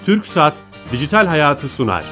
TürkSat Dijital Hayatı sunar.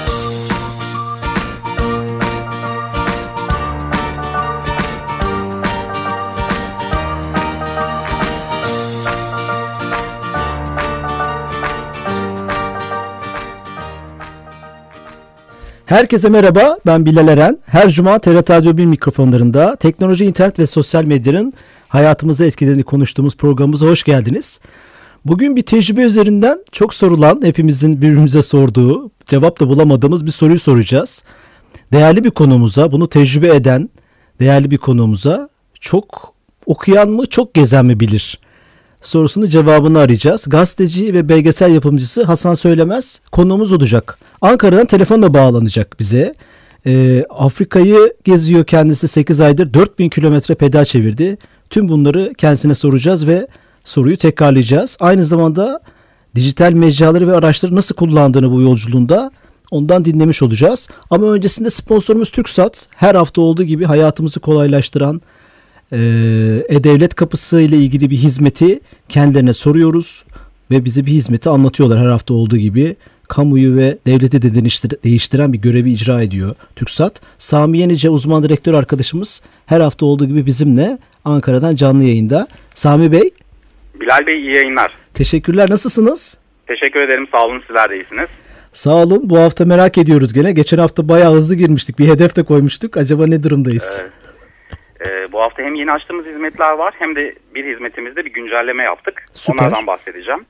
Herkese merhaba, ben Bilal Eren. Her cuma TRT Radyo 1 mikrofonlarında teknoloji, internet ve sosyal medyanın hayatımıza etkilerini konuştuğumuz programımıza hoş geldiniz. Bugün bir tecrübe üzerinden çok sorulan, hepimizin birbirimize sorduğu, cevap da bulamadığımız bir soruyu soracağız. Değerli bir konuğumuza, bunu tecrübe eden değerli bir konuğumuza, çok okuyan mı, çok gezen mi bilir sorusunun cevabını arayacağız. Gazeteci ve belgesel yapımcısı Hasan Söylemez konuğumuz olacak. Ankara'dan telefonla bağlanacak bize. Afrika'yı geziyor kendisi 8 aydır. 4000 kilometre pedal çevirdi. Tüm bunları kendisine soracağız ve soruyu tekrarlayacağız. Aynı zamanda dijital mecraları ve araçları nasıl kullandığını bu yolculuğunda ondan dinlemiş olacağız. Ama öncesinde sponsorumuz TürkSat. Her hafta olduğu gibi hayatımızı kolaylaştıran E-Devlet Kapısı ile ilgili bir hizmeti kendilerine soruyoruz ve bize bir hizmeti anlatıyorlar her hafta olduğu gibi. Kamuyu ve devleti de değiştiren bir görevi icra ediyor TürkSat. Sami Yenice uzman direktör arkadaşımız her hafta olduğu gibi bizimle Ankara'dan canlı yayında. Sami Bey. Bilal Bey, iyi yayınlar. Teşekkürler, nasılsınız? Teşekkür ederim, sağ olun, sizler de iyisiniz. Sağ olun, bu hafta merak ediyoruz gene. Geçen hafta bayağı hızlı girmiştik, bir hedef de koymuştuk. Acaba ne durumdayız? Bu hafta hem yeni açtığımız hizmetler var hem de bir hizmetimizde bir güncelleme yaptık. Süper. Onlardan bahsedeceğim.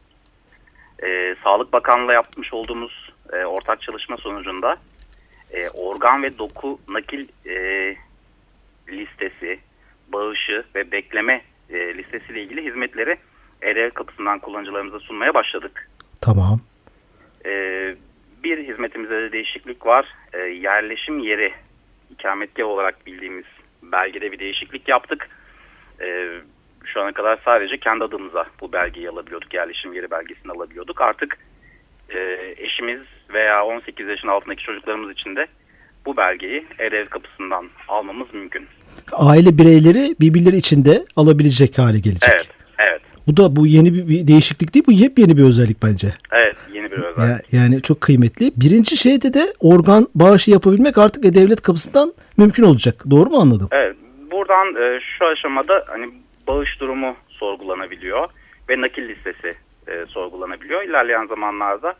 Sağlık Bakanlığı'yla yapmış olduğumuz ortak çalışma sonucunda organ ve doku nakil listesi, bağışı ve bekleme listesiyle ilgili hizmetleri E-Devlet Kapısı'ndan kullanıcılarımıza sunmaya başladık. Tamam. Bir hizmetimizde de değişiklik var. Yerleşim yeri, ikametgah olarak bildiğimiz belgede bir değişiklik yaptık. Şu ana kadar sadece kendi adımıza bu belgeyi alabiliyorduk. Yerleşim yeri belgesini alabiliyorduk. Artık eşimiz veya 18 yaşın altındaki çocuklarımız için de bu belgeyi E-Devlet Kapısı'ndan almamız mümkün. Aile bireyleri birbirleri için de alabilecek hale gelecek. Evet. Bu yeni bir değişiklik değil, bu yepyeni bir özellik bence. Evet, yeni bir özellik. Yani çok kıymetli. Birinci şeyde de organ bağışı yapabilmek artık E-Devlet Kapısı'ndan mümkün olacak. Doğru mu anladım? Evet. Buradan şu aşamada hani bağış durumu sorgulanabiliyor ve nakil listesi sorgulanabiliyor. İlerleyen zamanlarda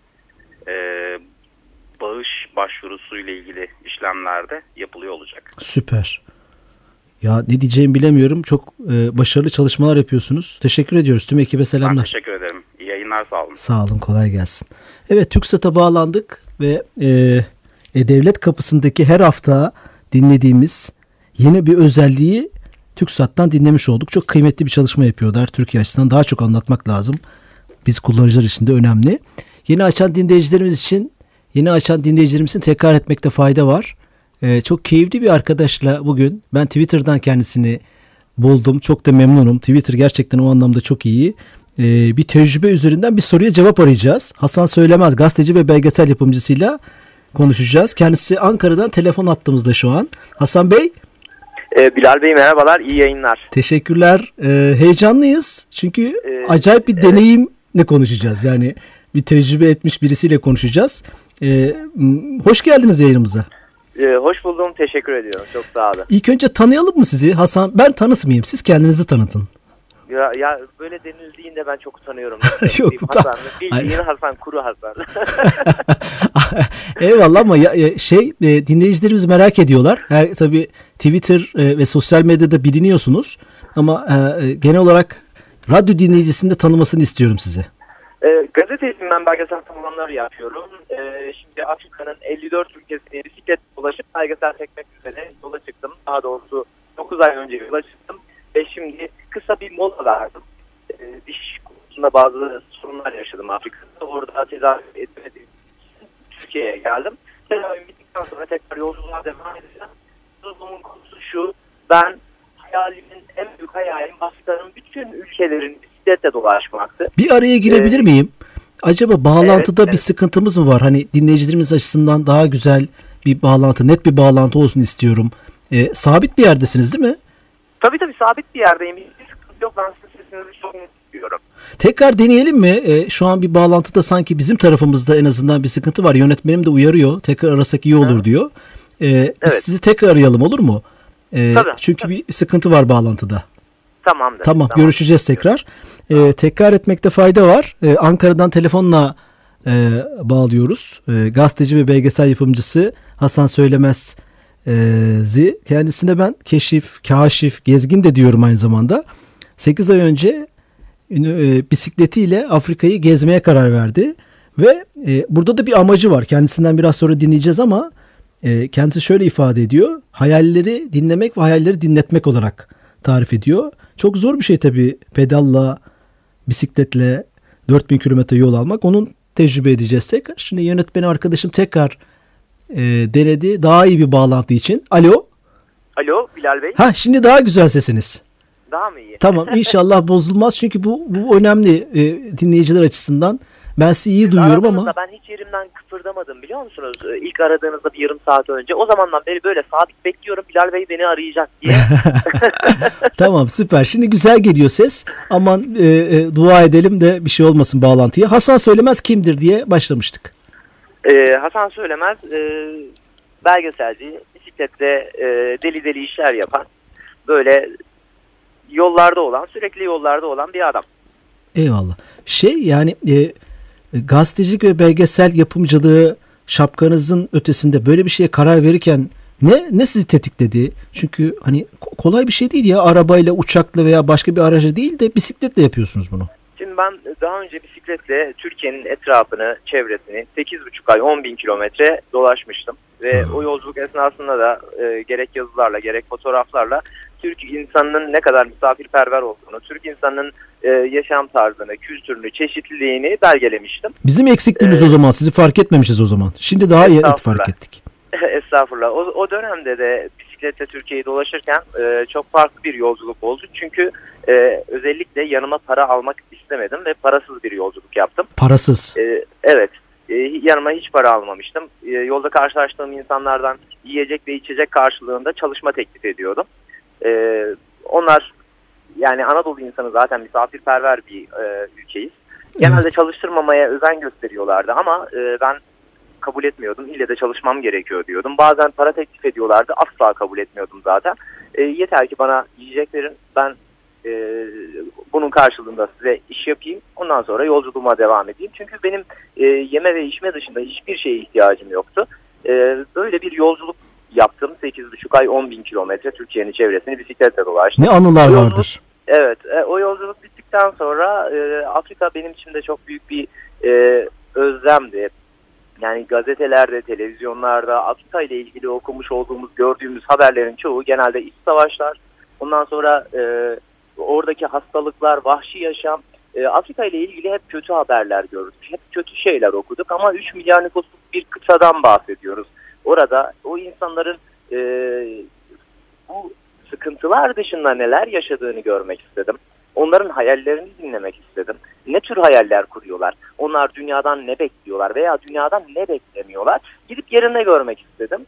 bağış başvurusuyla ilgili işlemlerde yapılıyor olacak. Süper. Ya ne diyeceğimi bilemiyorum. Çok başarılı çalışmalar yapıyorsunuz. Teşekkür ediyoruz. Tüm ekibe selamlar. Ben teşekkür ederim. İyi yayınlar, sağ olun. Sağ olun, kolay gelsin. Evet, TürkSat'a bağlandık ve E-Devlet Kapısı'ndaki her hafta dinlediğimiz yeni bir özelliği TürkSat'tan dinlemiş olduk. Çok kıymetli bir çalışma yapıyorlar. Türkiye açısından daha çok anlatmak lazım. Biz kullanıcılar için de önemli. Yeni açan dinleyicilerimizin tekrar etmekte fayda var. Çok keyifli bir arkadaşla bugün ben Twitter'dan kendisini buldum. Çok da memnunum. Twitter gerçekten o anlamda çok iyi. Bir tecrübe üzerinden bir soruya cevap arayacağız. Hasan Söylemez, gazeteci ve belgesel yapımcısıyla konuşacağız. Kendisi Ankara'dan telefon attığımızda şu an. Hasan Bey. Bilal Bey merhabalar, iyi yayınlar. Teşekkürler. Heyecanlıyız çünkü acayip bir deneyimle konuşacağız. Yani bir tecrübe etmiş birisiyle konuşacağız. Hoş geldiniz yayınımıza. Hoş buldum, teşekkür ediyorum. Çok sağ olun. İlk önce tanıyalım mı sizi? Hasan, ben tanıtmayayım. Siz kendinizi tanıtın. Ya böyle denildiğinde ben çok utanıyorum. Yok, Hasan, bildiğin Hasan, kuru Hasan. Eyvallah ama dinleyicilerimiz merak ediyorlar. Tabii Twitter ve sosyal medyada biliniyorsunuz. Ama genel olarak radyo dinleyicisini de tanımasını istiyorum size. Gazeteciyim, ben belgesel tanımları yapıyorum. Şimdi Afrika'nın 54 ülkesine bisiklet dolaşıp belgesel çekmek üzere yola çıktım. Daha doğrusu 9 ay önce yola çıktım. Ve şimdi kısa bir mola verdim. Diş konusunda bazı sorunlar yaşadım Afrika'da. Orada tedavi etmediğim Türkiye'ye geldim. Tedavi bittikten sonra tekrar yolculuğa devam edeceğim. Yolculuğumun konusu şu: ben en büyük hayalim Afrika'nın bütün ülkelerin bisikletle dolaşmaktı. Bir araya girebilir miyim? Acaba bağlantıda bir sıkıntımız mı var? Hani dinleyicilerimiz açısından daha güzel bir bağlantı, net bir bağlantı olsun istiyorum. Sabit bir yerdesiniz değil mi? Tabii sabit bir yerdeyim. Hiçbir sıkıntı yok. Ben sizin sesinizi çok net istiyorum. Tekrar deneyelim mi? Şu an bir bağlantıda sanki bizim tarafımızda en azından bir sıkıntı var. Yönetmenim de uyarıyor. Tekrar arasak iyi olur diyor. Biz sizi tekrar arayalım, olur mu? Tabii, çünkü tabii. bir sıkıntı var bağlantıda. Tamamdır. Tamam, görüşeceğiz tekrar. Tekrar etmekte fayda var. Ankara'dan telefonla bağlıyoruz. Gazeteci ve belgesel yapımcısı Hasan Söylemez'i. Kendisine ben keşif, kaşif, gezgin de diyorum aynı zamanda. 8 ay önce bisikletiyle Afrika'yı gezmeye karar verdi. Ve burada da bir amacı var. Kendisinden biraz sonra dinleyeceğiz ama kendisi şöyle ifade ediyor. Hayalleri dinlemek ve hayalleri dinletmek olarak tarif ediyor. Çok zor bir şey tabii pedalla, bisikletle 4000 kilometre yol almak. Onun tecrübe edeceğiz tekrar. Şimdi yönetmeni arkadaşım tekrar denedi. Daha iyi bir bağlantı için. Alo. Alo Bilal Bey. Şimdi daha güzel sesiniz. Daha mı iyi? Tamam, inşallah bozulmaz. Çünkü bu önemli dinleyiciler açısından. Ben sizi iyi duyuyorum ama. Ben hiç yerimden kıpırdamadım, biliyor musunuz? İlk aradığınızda bir yarım saat önce. O zamandan beri böyle sabit bekliyorum. Bilal Bey beni arayacak diye. Tamam, süper. Şimdi güzel geliyor ses. Aman dua edelim de bir şey olmasın bağlantıya. Hasan Söylemez kimdir diye başlamıştık. Hasan Söylemez belgeselci, bisikletle deli deli işler yapan, böyle yollarda olan, sürekli yollarda olan bir adam. Eyvallah. Yani gazetecilik ve belgesel yapımcılığı şapkanızın ötesinde böyle bir şeye karar verirken ne sizi tetikledi? Çünkü hani kolay bir şey değil ya, arabayla, uçakla veya başka bir aracı değil de bisikletle yapıyorsunuz bunu. Şimdi ben daha önce bisikletle Türkiye'nin etrafını, çevresini 8,5 ay 10.000 kilometre dolaşmıştım. Ve o yolculuk esnasında da gerek yazılarla gerek fotoğraflarla Türk insanının ne kadar misafirperver olduğunu, Türk insanının yaşam tarzını, kültürünü, çeşitliliğini belgelemiştim. Bizim eksikliğimiz o zaman, sizi fark etmemişiz o zaman. Şimdi daha iyi fark ettik. Estağfurullah. O dönemde de bisikletle Türkiye'yi dolaşırken çok farklı bir yolculuk oldu. Çünkü özellikle yanıma para almak istemedim ve parasız bir yolculuk yaptım. Parasız? Evet. Yanıma hiç para almamıştım. Yolda karşılaştığım insanlardan yiyecek ve içecek karşılığında çalışma teklif ediyordum. Onlar, yani Anadolu insanı zaten misafirperver bir ülkeyiz. Genelde çalıştırmamaya özen gösteriyorlardı ama ben kabul etmiyordum. İlle de çalışmam gerekiyor diyordum. Bazen para teklif ediyorlardı. Asla kabul etmiyordum zaten. Yeter ki bana yiyecek verin. Ben bunun karşılığında size iş yapayım. Ondan sonra yolculuğuma devam edeyim. Çünkü benim yeme ve içme dışında hiçbir şeye ihtiyacım yoktu. Böyle bir yolculuk yaptım. 8,5 ay 10.000 kilometre Türkiye'nin çevresini bisikletle dolaştım. Ne anılar vardır. Evet. O yolculuk bittikten sonra Afrika benim için de çok büyük bir özlemdi. Yani gazetelerde, televizyonlarda Afrika ile ilgili okumuş olduğumuz, gördüğümüz haberlerin çoğu genelde iç savaşlar. Ondan sonra oradaki hastalıklar, vahşi yaşam. Afrika ile ilgili hep kötü haberler gördük. Hep kötü şeyler okuduk ama 3 milyar nüfusluk bir kıtadan bahsediyoruz. Orada o insanların bu sıkıntılar dışında neler yaşadığını görmek istedim. Onların hayallerini dinlemek istedim. Ne tür hayaller kuruyorlar? Onlar dünyadan ne bekliyorlar veya dünyadan ne beklemiyorlar? Gidip yerine görmek istedim.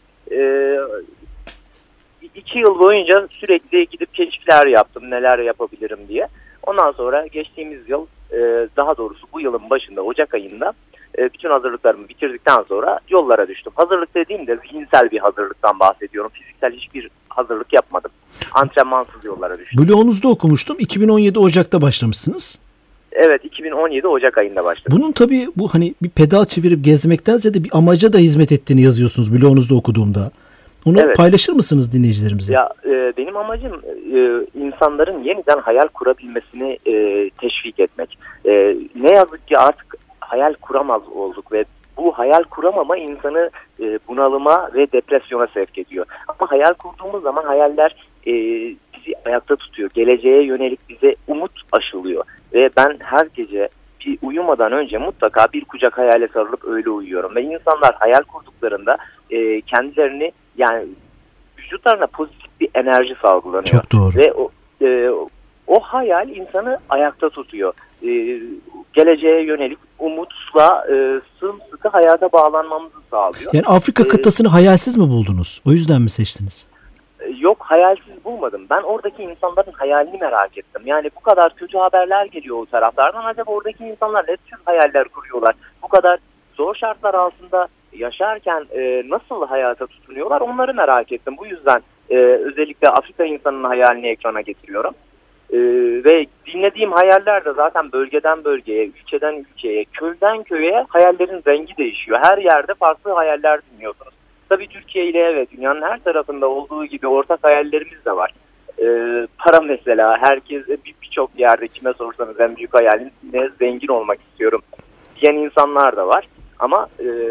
2 yıl boyunca sürekli gidip keşifler yaptım, neler yapabilirim diye. Ondan sonra geçtiğimiz yıl, daha doğrusu bu yılın başında, Ocak ayında bütün hazırlıklarımı bitirdikten sonra yollara düştüm. Hazırlık dediğimde zihinsel bir hazırlıktan bahsediyorum. Fiziksel hiçbir hazırlık yapmadım. Antrenmansız yollara düştüm. Blogunuzda okumuştum. 2017 Ocak'ta başlamışsınız. Evet, 2017 Ocak ayında başladım. Bunun tabii bu hani bir pedal çevirip gezmekten ziyade bir amaca da hizmet ettiğini yazıyorsunuz blogunuzda okuduğumda. Onu paylaşır mısınız dinleyicilerimize? Ya benim amacım insanların yeniden hayal kurabilmesini teşvik etmek. Ne yazık ki artık hayal kuramaz olduk ve bu hayal kuramama insanı bunalıma ve depresyona sevk ediyor. Ama hayal kurduğumuz zaman hayaller bizi ayakta tutuyor. Geleceğe yönelik bize umut aşılıyor. Ve ben her gece uyumadan önce mutlaka bir kucak hayale sarılıp öyle uyuyorum. Ve insanlar hayal kurduklarında kendilerini, yani vücutlarına pozitif bir enerji salgılanıyor. Çok doğru. Ve o hayal insanı ayakta tutuyor. Geleceğe yönelik umutla sımsıkı hayata bağlanmamızı sağlıyor. Yani Afrika kıtasını hayalsiz mi buldunuz? O yüzden mi seçtiniz? Yok, hayalsiz bulmadım. Ben oradaki insanların hayalini merak ettim. Yani bu kadar kötü haberler geliyor o taraflardan. Acaba oradaki insanlar ne tür hayaller kuruyorlar? Bu kadar zor şartlar altında yaşarken nasıl hayata tutunuyorlar? Onları merak ettim. Bu yüzden özellikle Afrika insanının hayalini ekrana getiriyorum. Ve dinlediğim hayaller de zaten bölgeden bölgeye, ülkeden ülkeye, köyden köye hayallerin rengi değişiyor. Her yerde farklı hayaller dinliyorsunuz. Tabii Türkiye ile evet dünyanın her tarafında olduğu gibi ortak hayallerimiz de var. Para mesela, herkes birçok yerde kime sorsanız en büyük hayalim ne, zengin olmak istiyorum diyen insanlar da var. Ama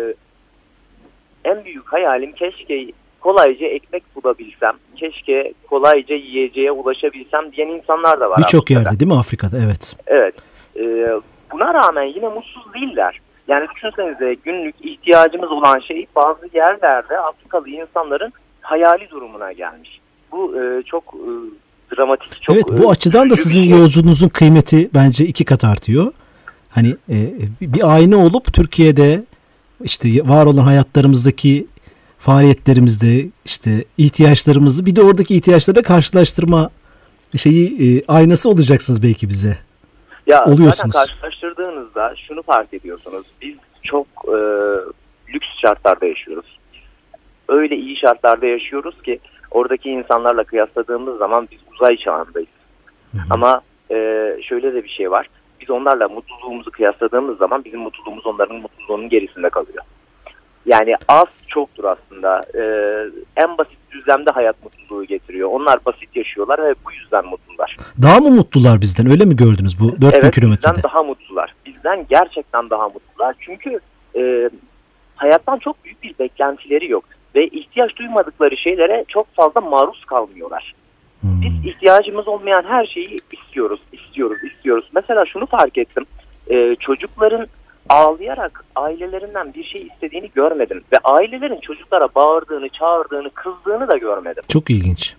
en büyük hayalim keşke kolayca ekmek bulabilsem, keşke kolayca yiyeceğe ulaşabilsem diyen insanlar da var. Birçok yerde değil mi Afrika'da? Evet. Evet. Buna rağmen yine mutsuz değiller. Yani düşünsenize, günlük ihtiyacımız olan şey bazı yerlerde Afrikalı insanların hayali durumuna gelmiş. Bu çok dramatik, çok... Evet, bu açıdan da sizin yolculuğunuzun kıymeti bence 2 kat artıyor. Hani bir ayna olup Türkiye'de işte var olan hayatlarımızdaki faaliyetlerimizde işte ihtiyaçlarımızı bir de oradaki ihtiyaçlarla karşılaştırma aynası olacaksınız belki bize. Ya zaten karşılaştırdığınızda şunu fark ediyorsunuz. Biz çok lüks şartlarda yaşıyoruz. Öyle iyi şartlarda yaşıyoruz ki oradaki insanlarla kıyasladığımız zaman biz uzay çağındayız. Ama şöyle de bir şey var. Biz onlarla mutluluğumuzu kıyasladığımız zaman bizim mutluluğumuz onların mutluluğunun gerisinde kalıyor. Yani az çoktur aslında. En basit düzlemde hayat mutluluğu getiriyor. Onlar basit yaşıyorlar ve bu yüzden mutlular. Daha mı mutlular bizden? Öyle mi gördünüz bu 4000 evet, kilometrede? Evet, bizden daha mutlular. Bizden gerçekten daha mutlular. Çünkü hayattan çok büyük bir beklentileri yok. Ve ihtiyaç duymadıkları şeylere çok fazla maruz kalmıyorlar. Biz ihtiyacımız olmayan her şeyi istiyoruz. Mesela şunu fark ettim. Çocukların ağlayarak ailelerinden bir şey istediğini görmedim. Ve ailelerin çocuklara bağırdığını, çağırdığını, kızdığını da görmedim. Çok ilginç.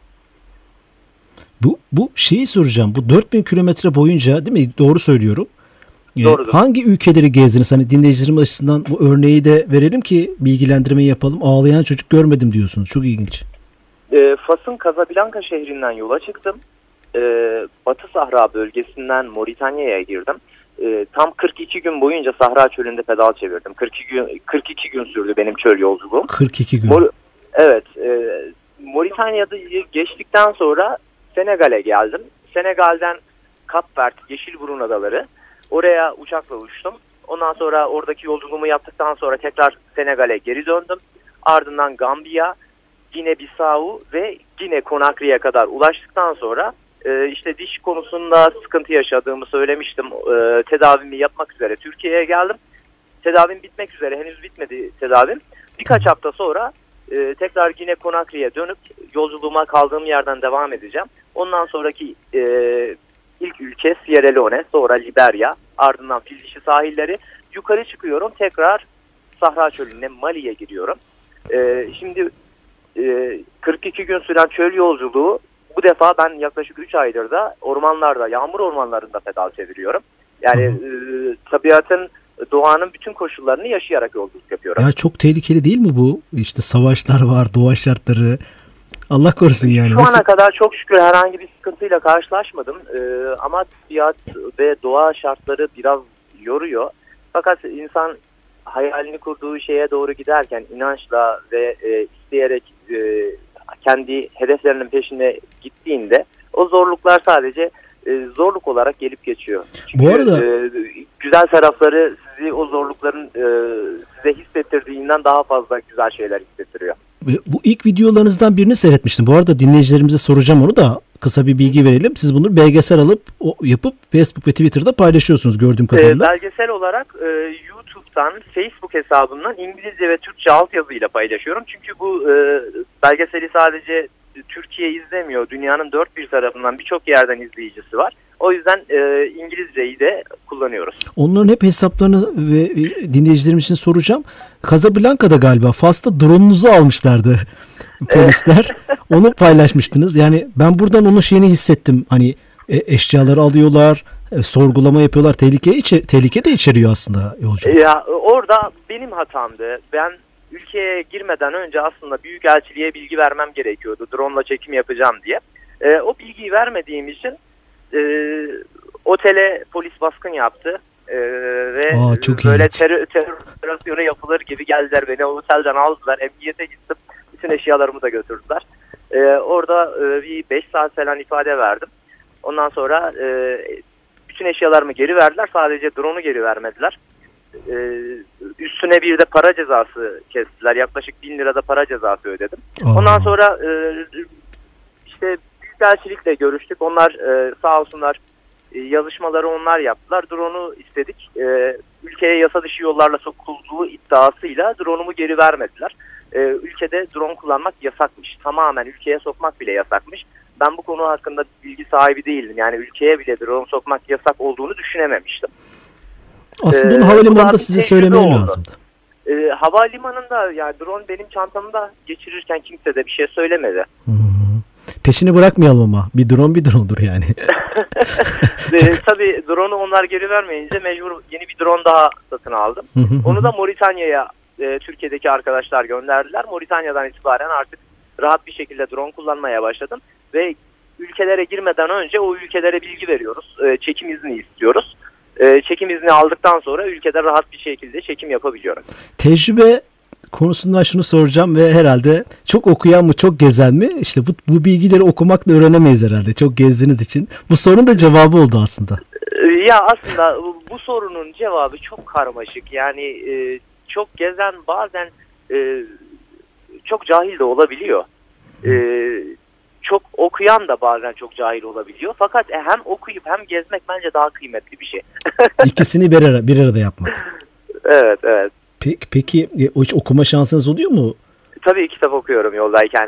Bu şeyi soracağım. Bu 4000 kilometre boyunca, değil mi? Doğru söylüyorum. Doğrudur. Hangi ülkeleri gezdiniz? Hani dinleyicilerim açısından bu örneği de verelim ki bilgilendirmeyi yapalım. Ağlayan çocuk görmedim diyorsunuz. Çok ilginç. Fas'ın Casablanca şehrinden yola çıktım. Batı Sahra bölgesinden Moritanya'ya girdim. Tam 42 gün boyunca Sahra çölünde pedal çevirdim. 42 gün sürdü benim çöl yolculuğum. 42 gün. Evet. Moritanya'da geçtikten sonra Senegal'e geldim. Senegal'den Kapverd, Yeşilburun Adaları. Oraya uçakla uçtum. Ondan sonra oradaki yolculuğumu yaptıktan sonra tekrar Senegal'e geri döndüm. Ardından Gambiya, Gine-Bissau ve Gine-Conakry'e kadar ulaştıktan sonra işte diş konusunda sıkıntı yaşadığımı söylemiştim. Tedavimi yapmak üzere Türkiye'ye geldim. Tedavim bitmek üzere, henüz bitmedi tedavim. Birkaç hafta sonra tekrar Gine-Conakry'e dönüp yolculuğuma kaldığım yerden devam edeceğim. Ondan sonraki ilk ülke Sierra Leone, sonra Liberya, ardından Fil Dişi sahilleri. Yukarı çıkıyorum, tekrar Sahra Çölü'ne, Mali'ye giriyorum. Şimdi 42 gün süren çöl yolculuğu, bu defa ben yaklaşık 3 aydır da ormanlarda, yağmur ormanlarında pedal çeviriyorum. Yani tabiatın, doğanın bütün koşullarını yaşayarak yolculuk yapıyorum. Ya çok tehlikeli değil mi bu? İşte savaşlar var, doğa şartları. Allah korusun yani. Şu ana kadar çok şükür herhangi bir sıkıntıyla karşılaşmadım. Ama tabiat ve doğa şartları biraz yoruyor. Fakat insan hayalini kurduğu şeye doğru giderken inançla ve isteyerek kendi hedeflerinin peşine gittiğinde o zorluklar sadece zorluk olarak gelip geçiyor. Çünkü bu arada güzel tarafları sizi o zorlukların size hissettirdiğinden daha fazla güzel şeyler hissettiriyor. Bu ilk videolarınızdan birini seyretmiştim. Bu arada dinleyicilerimize soracağım, onu da kısa bir bilgi verelim. Siz bunu belgesel yapıp Facebook ve Twitter'da paylaşıyorsunuz gördüğüm kadarıyla. Belgesel olarak YouTube'dan, Facebook hesabımdan İngilizce ve Türkçe altyazıyla paylaşıyorum. Çünkü bu belgeseli sadece Türkiye izlemiyor. Dünyanın dört bir tarafından birçok yerden izleyicisi var. O yüzden İngilizceyi de kullanıyoruz. Onların hep hesaplarını ve dinleyicilerim için soracağım. Casablanca'da galiba Fas'ta drone'unuzu almışlardı polisler. Onu paylaşmıştınız. Yani ben buradan onun şeyini hissettim. Hani eşyaları alıyorlar, sorgulama yapıyorlar. Tehlike de içeriyor aslında yolculuk. Ya orada benim hatamdı. Ben ülkeye girmeden önce aslında Büyükelçiliğe bilgi vermem gerekiyordu. Drone'la çekim yapacağım diye. O bilgiyi vermediğim için otele polis baskın yaptı. Ve böyle terör operasyonu yapılır gibi geldiler, beni otelden aldılar, emniyete gittim, bütün eşyalarımı da götürdüler. Orada bir 5 saat falan ifade verdim. Ondan sonra bütün eşyalarımı geri verdiler, sadece drone'u geri vermediler. Üstüne bir de para cezası kestiler, yaklaşık 1000 lirada para cezası ödedim. Ondan sonra işte Büyükelçilikle görüştük, onlar sağ olsunlar, yazışmaları onlar yaptılar. Drone'u istedik. Ülkeye yasa dışı yollarla sokulduğu iddiasıyla drone'umu geri vermediler. Ülkede drone kullanmak yasakmış. Tamamen ülkeye sokmak bile yasakmış. Ben bu konu hakkında bilgi sahibi değildim. Yani ülkeye bile drone sokmak yasak olduğunu düşünememiştim. Aslında onu havalimanında size söylemeleri lazımdı. Havalimanında yani drone benim çantamda geçirirken kimse de bir şey söylemedi. Peşini bırakmayalım ama. Bir drone'dur yani. Tabii drone'u onlar geri vermeyince mecbur yeni bir drone daha satın aldım. Onu da Moritanya'ya Türkiye'deki arkadaşlar gönderdiler. Moritanya'dan itibaren artık rahat bir şekilde drone kullanmaya başladım. Ve ülkelere girmeden önce o ülkelere bilgi veriyoruz. Çekim izni istiyoruz. Çekim izni aldıktan sonra ülkede rahat bir şekilde çekim yapabiliyorum. Tecrübe konusundan şunu soracağım ve herhalde çok okuyan mı çok gezen mi? İşte bu bilgileri okumakla öğrenemeyiz herhalde. Çok gezdiğiniz için. Bu sorunun da cevabı oldu aslında. Ya aslında bu sorunun cevabı çok karmaşık. Yani çok gezen bazen çok cahil de olabiliyor. Çok okuyan da bazen çok cahil olabiliyor. Fakat hem okuyup hem gezmek bence daha kıymetli bir şey. İkisini bir arada yapmak. Evet. Peki hiç okuma şansınız oluyor mu? Tabii kitap okuyorum yoldayken.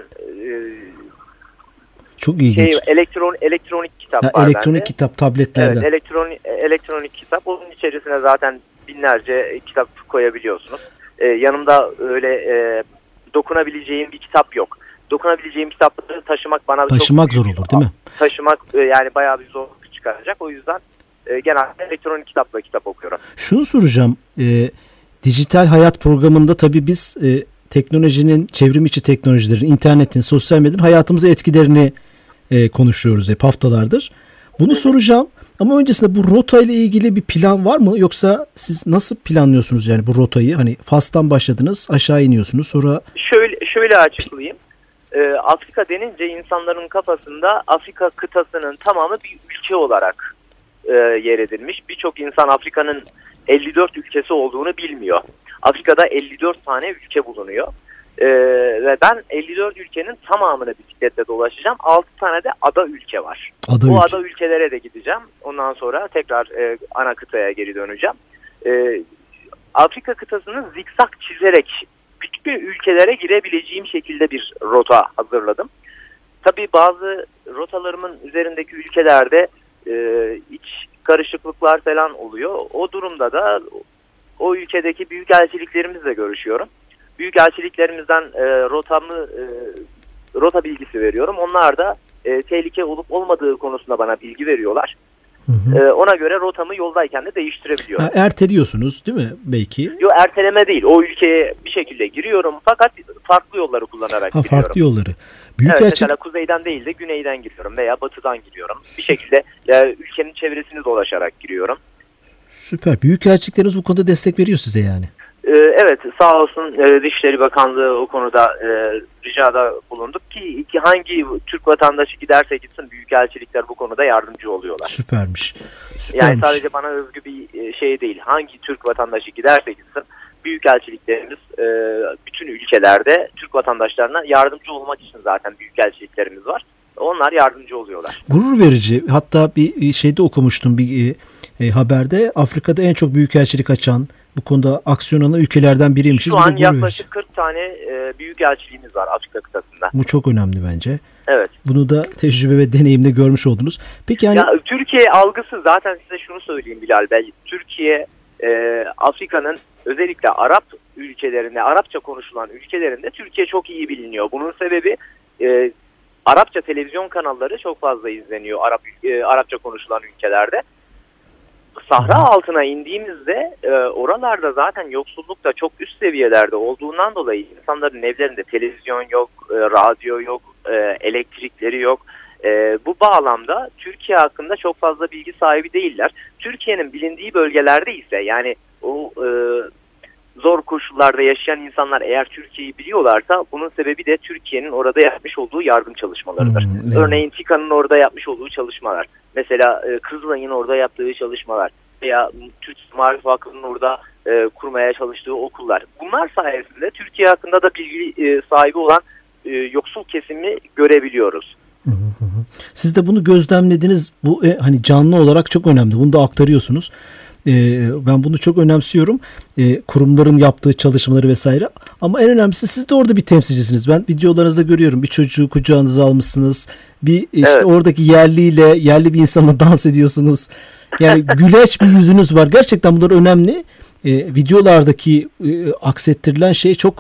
Çok ilginç. Elektronik kitap var elektronik bende. Kitap tabletlerden. Evet, elektronik kitap. Onun içerisine zaten binlerce kitap koyabiliyorsunuz. Yanımda öyle dokunabileceğim bir kitap yok. Dokunabileceğim kitapları taşımak bana çok zor olur değil mi? Taşımak yani bayağı bir zorluk çıkaracak. O yüzden genelde elektronik kitapla kitap okuyorum. Şunu soracağım. Dijital Hayat programında tabii biz teknolojinin, çevrim içi teknolojilerin, internetin, sosyal medyanın hayatımıza etkilerini konuşuyoruz hep haftalardır. Bunu soracağım ama öncesinde bu rota ile ilgili bir plan var mı? Yoksa siz nasıl planlıyorsunuz yani bu rotayı? Hani Fas'tan başladınız, aşağı iniyorsunuz sonra... Şöyle açıklayayım. Afrika denince insanların kafasında Afrika kıtasının tamamı bir ülke olarak yer edilmiş. Birçok insan Afrika'nın 54 ülkesi olduğunu bilmiyor. Afrika'da 54 tane ülke bulunuyor. Ve ben 54 ülkenin tamamını bisikletle dolaşacağım. 6 tane de ada ülke var. Ada ülkelere de gideceğim. Ondan sonra tekrar ana kıtaya geri döneceğim. Afrika kıtasını zikzak çizerek bütün ülkelere girebileceğim şekilde bir rota hazırladım. Tabii bazı rotalarımın üzerindeki ülkelerde iç karışıklıklar falan oluyor. O durumda da o ülkedeki büyükelçiliklerimizle görüşüyorum. Büyükelçiliklerimizden rota bilgisi veriyorum. Onlar da tehlike olup olmadığı konusunda bana bilgi veriyorlar. Ona göre rotamı yoldayken de değiştirebiliyorum. Erteliyorsunuz değil mi belki? Yok, erteleme değil. O ülkeye bir şekilde giriyorum fakat farklı yolları kullanarak giriyorum. Farklı yolları. Mesela kuzeyden değil de güneyden giriyorum veya batıdan giriyorum. Bir şekilde ülkenin çevresini dolaşarak giriyorum. Süper. Büyükelçilikleriniz bu konuda destek veriyor size yani. Evet, sağ olsun Dışişleri Bakanlığı o konuda ricada bulunduk ki hangi Türk vatandaşı giderse gitsin büyükelçilikler bu konuda yardımcı oluyorlar. Süpermiş. Yani sadece bana özgü bir şey değil. Hangi Türk vatandaşı giderse gitsin büyükelçiliklerimiz bütün ülkelerde Türk vatandaşlarına yardımcı olmak için zaten büyükelçiliklerimiz var. Onlar yardımcı oluyorlar. Gurur verici. Hatta bir şeyde okumuştum bir haberde. Afrika'da en çok büyükelçilik açan, bu konuda aksiyon alan ülkelerden biriymişiz. Şu an yaklaşık 40 tane büyükelçiliğimiz var Afrika kıtasında. Bu çok önemli bence. Evet. Bunu da tecrübe ve deneyimle görmüş oldunuz. Peki yani... Türkiye algısı zaten size şunu söyleyeyim Bilal Bey. Türkiye Afrika'nın özellikle Arap ülkelerinde, Arapça konuşulan ülkelerinde Türkiye çok iyi biliniyor. Bunun sebebi Arapça televizyon kanalları çok fazla izleniyor Arapça konuşulan ülkelerde. Sahra altına indiğimizde oralarda zaten yoksulluk da çok üst seviyelerde olduğundan dolayı insanların evlerinde televizyon yok, radyo yok, elektrikleri yok. Bu bağlamda Türkiye hakkında çok fazla bilgi sahibi değiller. Türkiye'nin bilindiği bölgelerde ise yani o zor koşullarda yaşayan insanlar eğer Türkiye'yi biliyorlarsa bunun sebebi de Türkiye'nin orada yapmış olduğu yardım çalışmalarıdır. Evet. Örneğin TİKA'nın orada yapmış olduğu çalışmalar, mesela Kızılay'ın orada yaptığı çalışmalar veya Türk Marif Vakfı'nın orada kurmaya çalıştığı okullar. Bunlar sayesinde Türkiye hakkında da bilgi sahibi olan yoksul kesimi görebiliyoruz. Siz de bunu gözlemlediniz. Bu hani canlı olarak çok önemli. Bunu da aktarıyorsunuz. Ben bunu çok önemsiyorum. Kurumların yaptığı çalışmaları vesaire. Ama en önemlisi siz de orada bir temsilcisiniz. Ben videolarınızda görüyorum. Bir çocuğu kucağınıza almışsınız. Bir işte Evet. oradaki yerli bir insanla dans ediyorsunuz. Yani güleç bir yüzünüz var. Gerçekten bunlar önemli. Videolardaki aksettirilen şey çok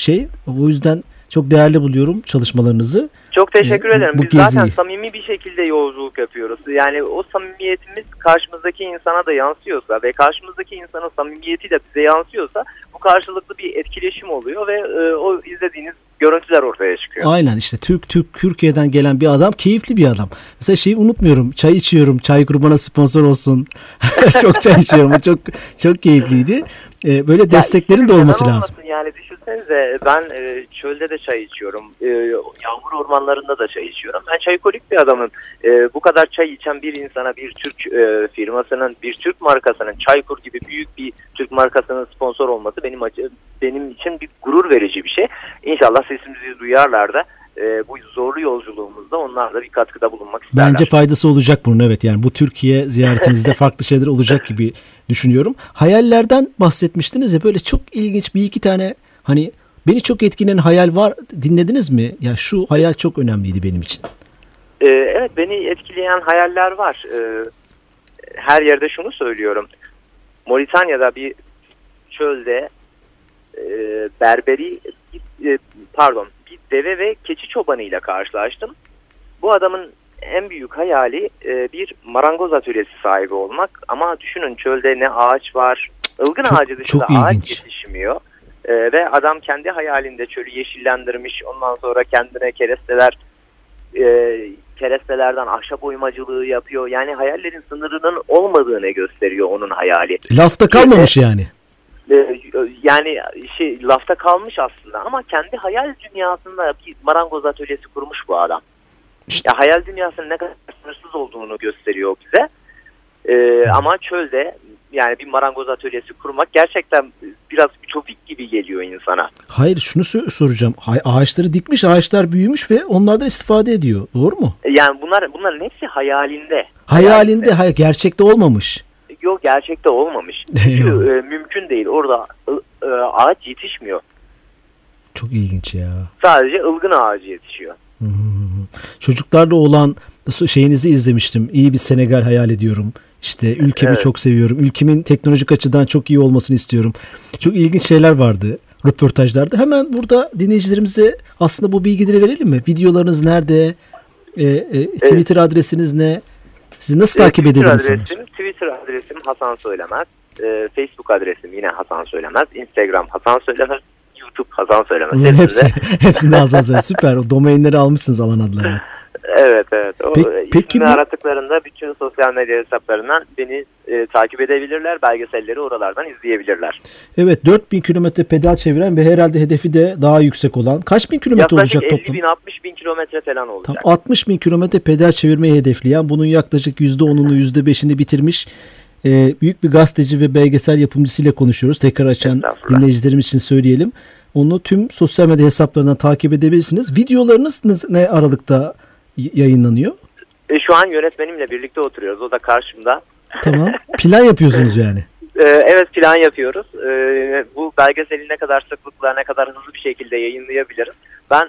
o yüzden çok değerli buluyorum çalışmalarınızı. Çok teşekkür ederim. bu Biz zaten geziyi. samimi bir şekilde yolculuk yapıyoruz. Yani o samimiyetimiz karşımızdaki insana da yansıyorsa ve karşımızdaki insanın samimiyeti de bize yansıyorsa bu karşılıklı bir etkileşim oluyor ve o izlediğiniz görüntüler ortaya çıkıyor. Aynen işte Türkiye'den gelen bir adam, keyifli bir adam. Mesela şeyi unutmuyorum. Çay içiyorum. Çay grubuna sponsor olsun. Çok çay içiyorum. O çok keyifliydi. Böyle desteklerin de olması lazım. Yani düşünsenize ben çölde de çay içiyorum. Yağmur ormanlarında da çay içiyorum. Ben çaykolik bir adamım. Bu kadar çay içen bir insana bir Türk firmasının, bir Türk markasının, Çaykur gibi büyük bir Türk markasının sponsor olması benim için bir gurur verici bir şey. İnşallah sesimizi duyarlar da bu zorlu yolculuğumuzda onlar da bir katkıda bulunmak isterler. Bence faydası olacak bunun, evet. Yani bu Türkiye ziyaretinizde farklı şeyler olacak gibi düşünüyorum. Hayallerden bahsetmiştiniz ya, böyle çok ilginç bir iki tane hani beni çok etkileyen hayal var, dinlediniz mi? Ya şu hayal çok önemliydi benim için. Evet, beni etkileyen hayaller var. Her yerde şunu söylüyorum. Moritanya'da bir çölde bir deve ve keçi çobanıyla karşılaştım. Bu adamın en büyük hayali bir marangoz atölyesi sahibi olmak. Ama düşünün, çölde ne ağaç var. Ilgın ağacı dışında ağaç yetişmiyor. Ve adam kendi hayalinde çölü yeşillendirmiş. Ondan sonra kendine kerestelerden ahşap oymacılığı yapıyor. Yani hayallerin sınırının olmadığını gösteriyor onun hayali. Lafta kalmamış yani. Yani lafta kalmış aslında ama kendi hayal dünyasında bir marangoz atölyesi kurmuş bu adam. İşte. Ya, hayal dünyasının ne kadar sınırsız olduğunu gösteriyor bize. Ama çölde yani bir marangoz atölyesi kurmak gerçekten biraz ütopik gibi geliyor insana. Hayır, şunu soracağım. Ağaçları dikmiş, ağaçlar büyümüş ve onlardan istifade ediyor. Doğru mu? Yani bunların hepsi hayalinde. Hayalinde, gerçekte olmamış. Yok, gerçekte olmamış. Çünkü mümkün değil. Orada ağaç yetişmiyor. Çok ilginç ya. Sadece ılgın ağacı yetişiyor. Çocuklarla olan şeyinizi izlemiştim. İyi bir Senegal hayal ediyorum. İşte ülkemi çok seviyorum. Ülkemin teknolojik açıdan çok iyi olmasını istiyorum. Çok ilginç şeyler vardı röportajlarda. Hemen burada dinleyicilerimize aslında bu bilgileri verelim mi? Videolarınız nerede? Twitter adresiniz ne? Sizi nasıl takip edebilirsiniz? Twitter adresim Hasan Söylemez. Facebook adresim yine Hasan Söylemez. Instagram Hasan Söylemez. YouTube Hasan Söylemez. Hepsinde Hasan Söylemez. Süper. O domainleri almışsınız, alan adlarını. Evet. Peki ismini aradıklarında bütün sosyal medya hesaplarından beni takip edebilirler. Belgeselleri oralardan izleyebilirler. Evet, 4000 kilometre pedal çeviren ve herhalde hedefi de daha yüksek olan. Kaç bin kilometre olacak toplam? Yaklaşık 50.000-60.000 kilometre falan olacak. Tam 60.000 kilometre pedal çevirmeyi hedefleyen, bunun yaklaşık %10'unu %5'ini bitirmiş büyük bir gazeteci ve belgesel yapımcısıyla konuşuyoruz. Tekrar açan dinleyicilerimiz için söyleyelim. Onu tüm sosyal medya hesaplarından takip edebilirsiniz. Videolarınız ne aralıkta yayınlanıyor? Şu an yönetmenimle birlikte oturuyoruz. O da karşımda. Tamam. Plan yapıyorsunuz yani. Evet, plan yapıyoruz. Bu belgeseli ne kadar sıklıkla, ne kadar hızlı bir şekilde yayınlayabiliriz. Ben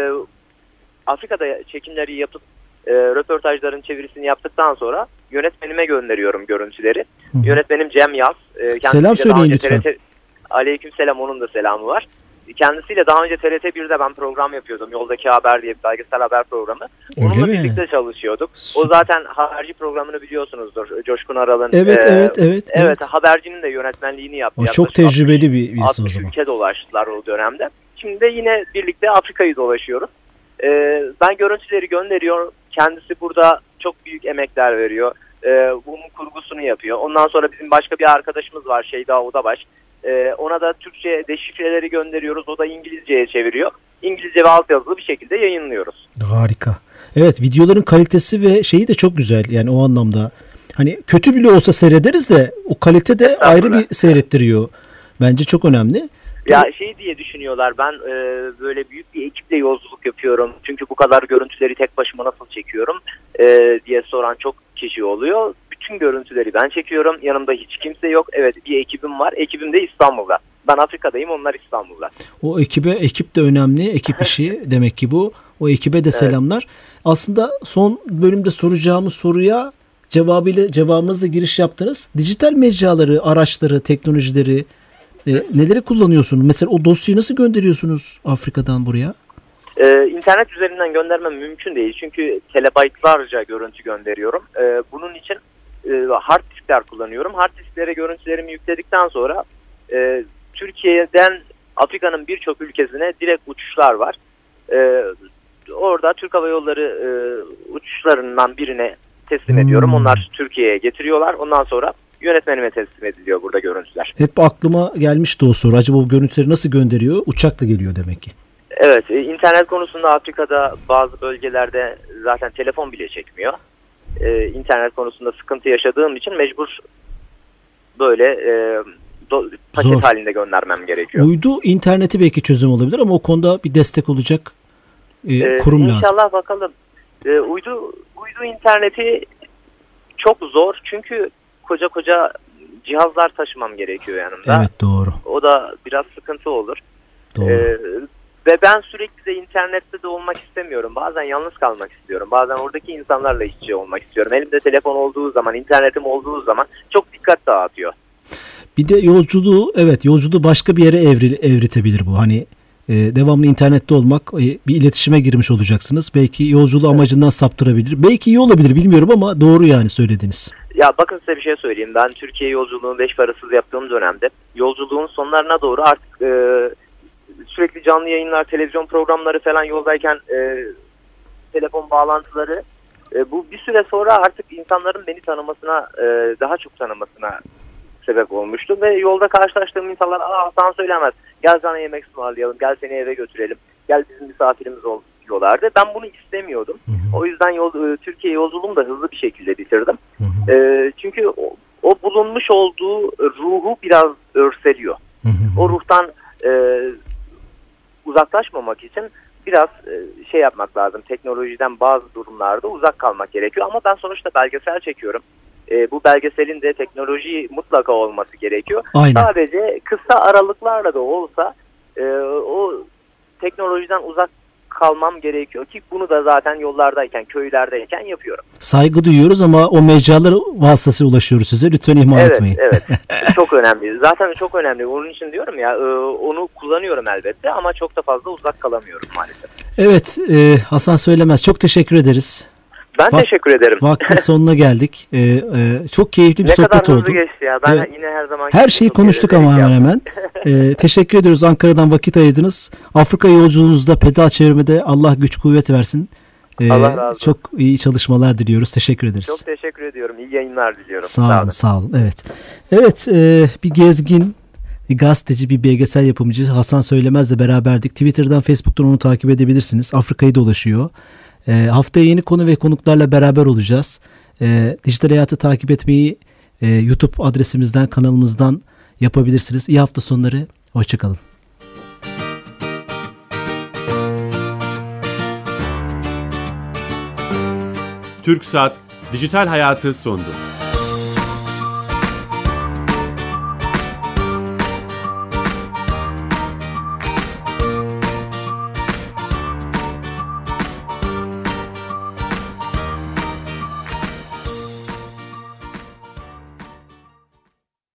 Afrika'da çekimleri yapıp röportajların çevirisini yaptıktan sonra yönetmenime gönderiyorum görüntüleri. Yönetmenim Cem Yaz. Selam söyleyin lütfen. Aleykümselam, onun da selamı var. Kendisiyle daha önce TRT1'de ben program yapıyordum. Yoldaki Haber diye bir belgesel haber programı. Öyle Onunla mi? birlikte çalışıyorduk. Süper. O zaten haberci programını biliyorsunuzdur. Coşkun Aral'ın. Evet. Habercinin de yönetmenliğini yaptı. O çok tecrübeli birisi o 60 zaman. ülke dolaştılar o dönemde. Şimdi de yine birlikte Afrika'yı dolaşıyoruz. Ben görüntüleri gönderiyorum. Kendisi burada çok büyük emekler veriyor. Bunun kurgusunu yapıyor. Ondan sonra bizim başka bir arkadaşımız var, Şeyda Odabaş. Ona da Türkçe deşifreleri gönderiyoruz. O da İngilizceye çeviriyor. İngilizce ve altyazılı bir şekilde yayınlıyoruz. Harika. Evet, videoların kalitesi ve şeyi de çok güzel. Yani o anlamda. Hani kötü bile olsa seyrederiz de o kalite de ayrı bir seyrettiriyor. Bence çok önemli. Ya şey diye düşünüyorlar, ben böyle büyük bir ekiple yolculuk yapıyorum. Çünkü bu kadar görüntüleri tek başıma nasıl çekiyorum diye soran çok kişi oluyor. Bütün görüntüleri ben çekiyorum. Yanımda hiç kimse yok. Evet, bir ekibim var. Ekibim de İstanbul'da. Ben Afrika'dayım, onlar İstanbul'da. O ekip de önemli. Ekip işi demek ki bu. O ekibe de selamlar. Aslında son bölümde soracağımız soruya cevabınızla giriş yaptınız. Dijital mecraları, araçları, teknolojileri neleri kullanıyorsunuz? Mesela o dosyayı nasıl gönderiyorsunuz Afrika'dan buraya? İnternet üzerinden göndermem mümkün değil. Çünkü telebaytlarca görüntü gönderiyorum. Bunun için hard diskler kullanıyorum. Hard disklere görüntülerimi yükledikten sonra Türkiye'den Afrika'nın birçok ülkesine direkt uçuşlar var. Orada Türk Hava Yolları uçuşlarından birine teslim ediyorum. Onlar Türkiye'ye getiriyorlar. Ondan sonra yönetmenime teslim ediliyor burada görüntüler. Hep aklıma gelmişti o soru. Acaba bu görüntüleri nasıl gönderiyor? Uçakla geliyor demek ki. Evet, internet konusunda Afrika'da bazı bölgelerde zaten telefon bile çekmiyor. İnternet konusunda sıkıntı yaşadığım için mecbur böyle paket halinde göndermem gerekiyor. Uydu interneti belki çözüm olabilir ama o konuda bir destek olacak kurum lazım. İnşallah bakalım. Uydu interneti çok zor çünkü koca cihazlar taşımam gerekiyor yanımda. Evet, doğru. O da biraz sıkıntı olur. Doğru. Ve ben sürekli de internette de olmak istemiyorum. Bazen yalnız kalmak istiyorum. Bazen oradaki insanlarla iç içe olmak istiyorum. Elimde telefon olduğu zaman, internetim olduğu zaman çok dikkat dağıtıyor. Bir de yolculuğu başka bir yere evritebilir bu. Hani devamlı internette olmak, bir iletişime girmiş olacaksınız. Belki yolculuğu amacından saptırabilir. Belki iyi olabilir, bilmiyorum ama doğru yani söylediğiniz. Ya bakın size bir şey söyleyeyim. Ben Türkiye yolculuğunu 5 parasız yaptığım dönemde yolculuğun sonlarına doğru artık sürekli canlı yayınlar, televizyon programları falan yoldayken telefon bağlantıları bu bir süre sonra artık insanların beni tanımasına, daha çok tanımasına sebep olmuştu ve yolda karşılaştığım insanlar Hasan Söylemez, gel sana yemek ısmarlayalım, gel seni eve götürelim, gel bizim misafirimiz ol diyorlardı. Ben bunu istemiyordum. O yüzden Türkiye yolculuğumu da hızlı bir şekilde bitirdim. Çünkü o bulunmuş olduğu ruhu biraz örseliyor. O ruhtan uzaklaşmamak için biraz şey yapmak lazım. Teknolojiden bazı durumlarda uzak kalmak gerekiyor. Ama ben sonuçta belgesel çekiyorum. Bu belgeselin de teknoloji mutlaka olması gerekiyor. Aynen. Sadece kısa aralıklarla da olsa o teknolojiden uzak kalmam gerekiyor ki bunu da zaten yollardayken, köylerdeyken yapıyorum. Saygı duyuyoruz ama o mecralar vasıtasıyla ulaşıyoruz size. Lütfen ihmal etmeyin. Evet. Çok önemli. Zaten çok önemli. Onun için diyorum ya, onu kullanıyorum elbette ama çok da fazla uzak kalamıyorum maalesef. Evet, Hasan Söylemez. Çok teşekkür ederiz. Ben teşekkür ederim. Vaktin sonuna geldik. Çok keyifli bir sohbet oldu. Ne kadar hızlı geçti ya. Ben yine her zaman... Her şeyi konuştuk ama hemen. Teşekkür ediyoruz. Ankara'dan vakit ayırdınız. Afrika yolculuğunuzda, pedal çevirmede Allah güç kuvvet versin. Allah razı olsun. Çok iyi çalışmalar diliyoruz. Teşekkür ederiz. Çok teşekkür ediyorum. İyi yayınlar diliyorum. Sağ olun. Evet, bir gezgin, bir gazeteci, bir belgesel yapımcı Hasan Söylemez'le beraberdik. Twitter'dan, Facebook'tan onu takip edebilirsiniz. Afrika'yı dolaşıyor. Haftaya yeni konu ve konuklarla beraber olacağız. Dijital Hayatı takip etmeyi YouTube adresimizden, kanalımızdan yapabilirsiniz. İyi hafta sonları. Hoşçakalın. TürkSat Dijital Hayatı sondu.